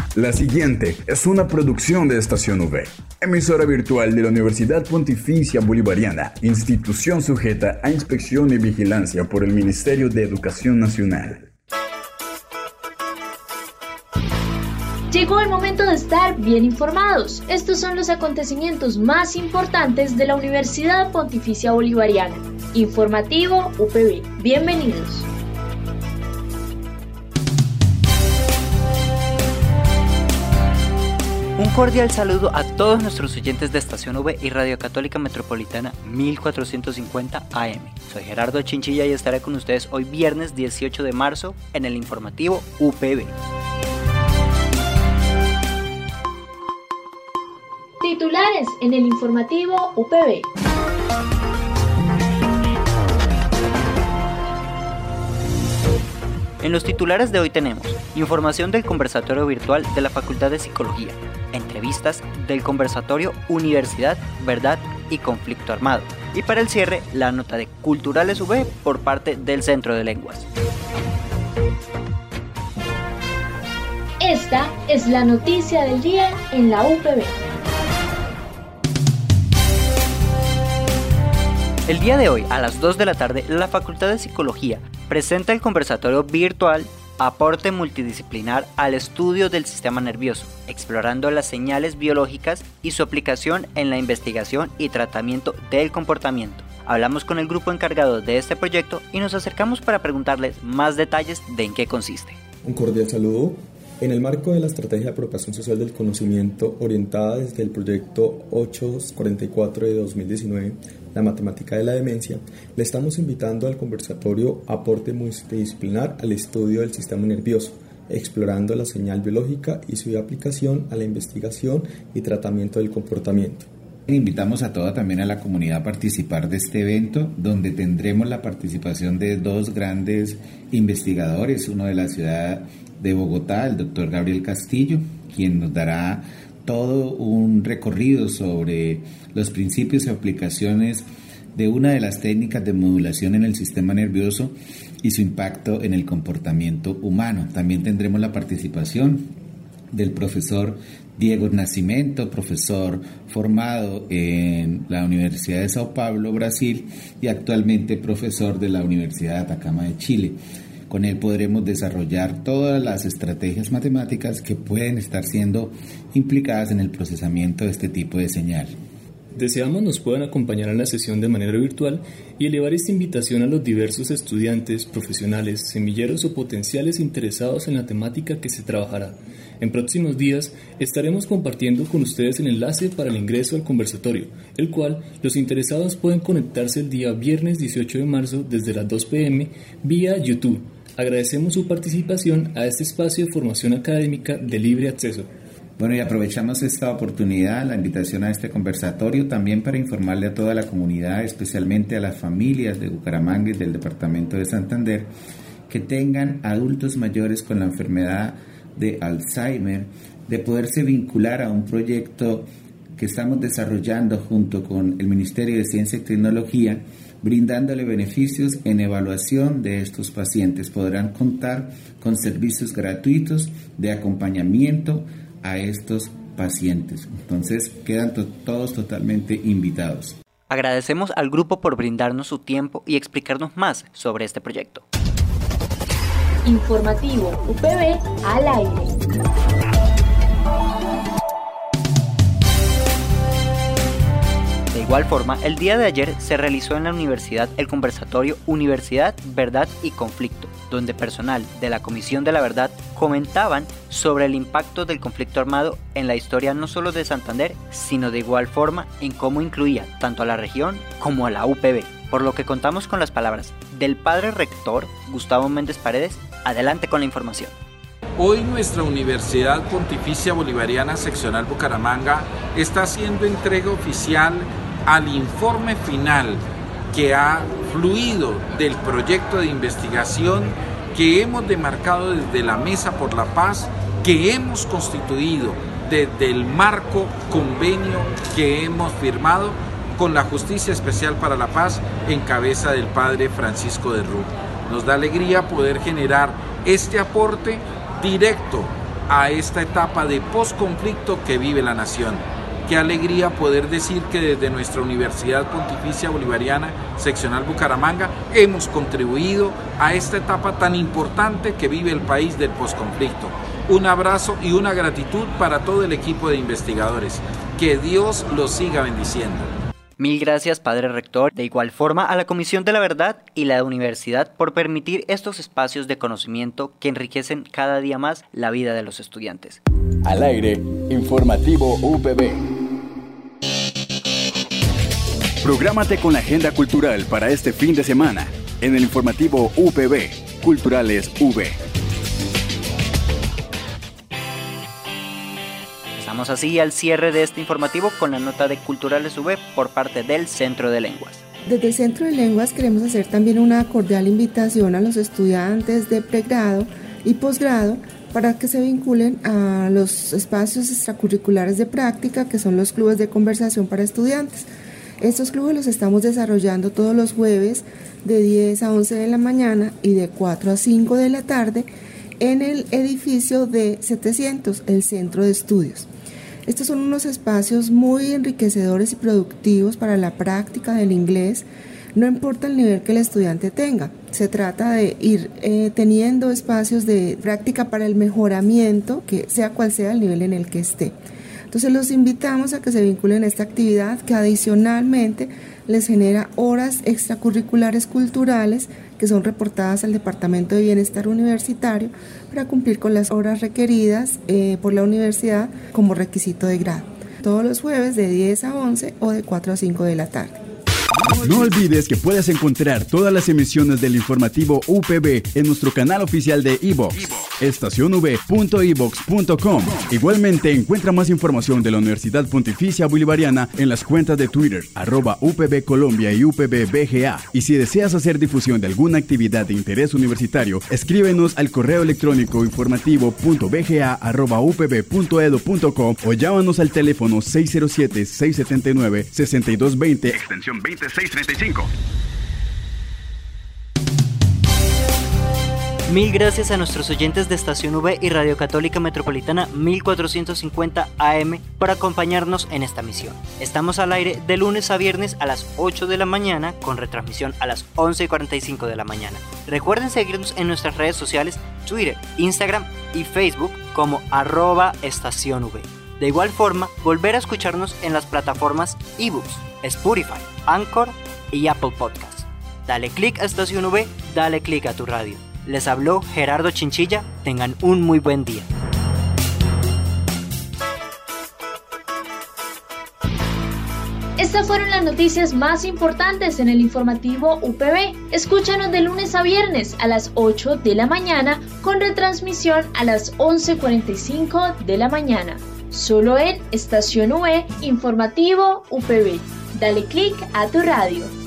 La siguiente es una producción de Estación V, emisora virtual de la Universidad Pontificia Bolivariana, institución sujeta a inspección y vigilancia por el Ministerio de Educación Nacional. Llegó el momento de estar bien informados. Estos son los acontecimientos más importantes de la Universidad Pontificia Bolivariana. Informativo UPB. Bienvenidos. Un cordial saludo a todos nuestros oyentes de Estación V y Radio Católica Metropolitana 1450 AM. Soy Gerardo Chinchilla y estaré con ustedes hoy viernes 18 de marzo en el informativo UPB. Titulares en el informativo UPB. En los titulares de hoy tenemos información del conversatorio virtual de la Facultad de Psicología, entrevistas del conversatorio Universidad, Verdad y Conflicto Armado, y para el cierre, la nota de Culturales UB por parte del Centro de Lenguas. Esta es la noticia del día en la UPB. El día de hoy, a las 2 de la tarde, la Facultad de Psicología presenta el conversatorio virtual Aporte multidisciplinar al estudio del sistema nervioso, explorando las señales biológicas y su aplicación en la investigación y tratamiento del comportamiento. Hablamos con el grupo encargado de este proyecto y nos acercamos para preguntarles más detalles de en qué consiste. Un cordial saludo. En el marco de la Estrategia de Apropiación Social del Conocimiento, orientada desde el proyecto 844 de 2019, la matemática de la demencia, le estamos invitando al conversatorio Aporte multidisciplinar al estudio del sistema nervioso, explorando la señal biológica y su aplicación a la investigación y tratamiento del comportamiento. Invitamos a toda también a la comunidad a participar de este evento, donde tendremos la participación de dos grandes investigadores, uno de la ciudad de Bogotá, el doctor Gabriel Castillo, quien nos dará todo un recorrido sobre los principios y aplicaciones de una de las técnicas de modulación en el sistema nervioso y su impacto en el comportamiento humano. También tendremos la participación del profesor Diego Nascimento, profesor formado en la Universidad de Sao Paulo, Brasil, y actualmente profesor de la Universidad de Atacama de Chile. Con él podremos desarrollar todas las estrategias matemáticas que pueden estar siendo implicadas en el procesamiento de este tipo de señal. Deseamos nos puedan acompañar en la sesión de manera virtual y elevar esta invitación a los diversos estudiantes, profesionales, semilleros o potenciales interesados en la temática que se trabajará. En próximos días estaremos compartiendo con ustedes el enlace para el ingreso al conversatorio, el cual los interesados pueden conectarse el día viernes 18 de marzo desde las 2 p.m. vía YouTube. Agradecemos su participación a este espacio de formación académica de libre acceso. Bueno, y aprovechamos esta oportunidad, la invitación a este conversatorio, también para informarle a toda la comunidad, especialmente a las familias de Bucaramanga y del departamento de Santander, que tengan adultos mayores con la enfermedad de Alzheimer, de poderse vincular a un proyecto que estamos desarrollando junto con el Ministerio de Ciencia y Tecnología, brindándole beneficios en evaluación de estos pacientes. Podrán contar con servicios gratuitos de acompañamiento a estos pacientes. Entonces quedan todos totalmente invitados. Agradecemos al grupo por brindarnos su tiempo y explicarnos más sobre este proyecto. Informativo UPB al aire. De igual forma, el día de ayer se realizó en la universidad el conversatorio Universidad, Verdad y Conflicto, donde personal de la Comisión de la Verdad comentaban sobre el impacto del conflicto armado en la historia no solo de Santander, sino de igual forma en cómo incluía tanto a la región como a la UPB, por lo que contamos con las palabras del padre rector Gustavo Méndez Paredes. Adelante con la información. Hoy nuestra Universidad Pontificia Bolivariana Seccional Bucaramanga está haciendo entrega oficial al informe final que ha fluido del proyecto de investigación que hemos demarcado desde la Mesa por la Paz, que hemos constituido desde el marco convenio que hemos firmado con la Justicia Especial para la Paz en cabeza del padre Francisco de Rú. Nos da alegría poder generar este aporte directo a esta etapa de posconflicto que vive la nación. Qué alegría poder decir que desde nuestra Universidad Pontificia Bolivariana Seccional Bucaramanga hemos contribuido a esta etapa tan importante que vive el país del posconflicto. Un abrazo y una gratitud para todo el equipo de investigadores. Que Dios los siga bendiciendo. Mil gracias, Padre Rector. De igual forma, a la Comisión de la Verdad y la Universidad por permitir estos espacios de conocimiento que enriquecen cada día más la vida de los estudiantes. Al aire, informativo UPB. Prográmate con la agenda cultural para este fin de semana en el informativo UPB, Culturales V. Pasamos así al cierre de este informativo con la nota de Culturales V por parte del Centro de Lenguas. Desde el Centro de Lenguas queremos hacer también una cordial invitación a los estudiantes de pregrado y posgrado para que se vinculen a los espacios extracurriculares de práctica, que son los clubes de conversación para estudiantes. Estos clubes los estamos desarrollando todos los jueves de 10 a 11 de la mañana y de 4 a 5 de la tarde en el edificio de 700, el Centro de Estudios. Estos son unos espacios muy enriquecedores y productivos para la práctica del inglés, no importa el nivel que el estudiante tenga. Se trata de ir teniendo espacios de práctica para el mejoramiento, que sea cual sea el nivel en el que esté. Entonces los invitamos a que se vinculen a esta actividad que adicionalmente les genera horas extracurriculares culturales que son reportadas al Departamento de Bienestar Universitario para cumplir con las horas requeridas por la universidad como requisito de grado. Todos los jueves de 10 a 11 o de 4 a 5 de la tarde. No olvides que puedes encontrar todas las emisiones del informativo UPB en nuestro canal oficial de iVoox, estacionv.ivox.com. Igualmente encuentra más información de la Universidad Pontificia Bolivariana en las cuentas de Twitter, @UPB Colombia y UPB BGA. Y si deseas hacer difusión de alguna actividad de interés universitario, escríbenos al correo electrónico informativo.bga@upb.edu.co o llámanos al teléfono 607-679-6220, extensión 2635. Mil gracias a nuestros oyentes de Estación V y Radio Católica Metropolitana 1450 AM por acompañarnos en esta misión. Estamos al aire de lunes a viernes a las 8 de la mañana con retransmisión a las 11:45 de la mañana. Recuerden seguirnos en nuestras redes sociales, Twitter, Instagram y Facebook como @estacionv. De igual forma, volver a escucharnos en las plataformas iVoox, Spotify, Anchor y Apple Podcasts. Dale click a Estación V, dale click a tu radio. Les habló Gerardo Chinchilla. Tengan un muy buen día. Estas fueron las noticias más importantes en el informativo UPB. Escúchanos de lunes a viernes a las 8 de la mañana con retransmisión a las 11:45 de la mañana. Solo en Estación V, informativo UPB. Dale click a tu radio.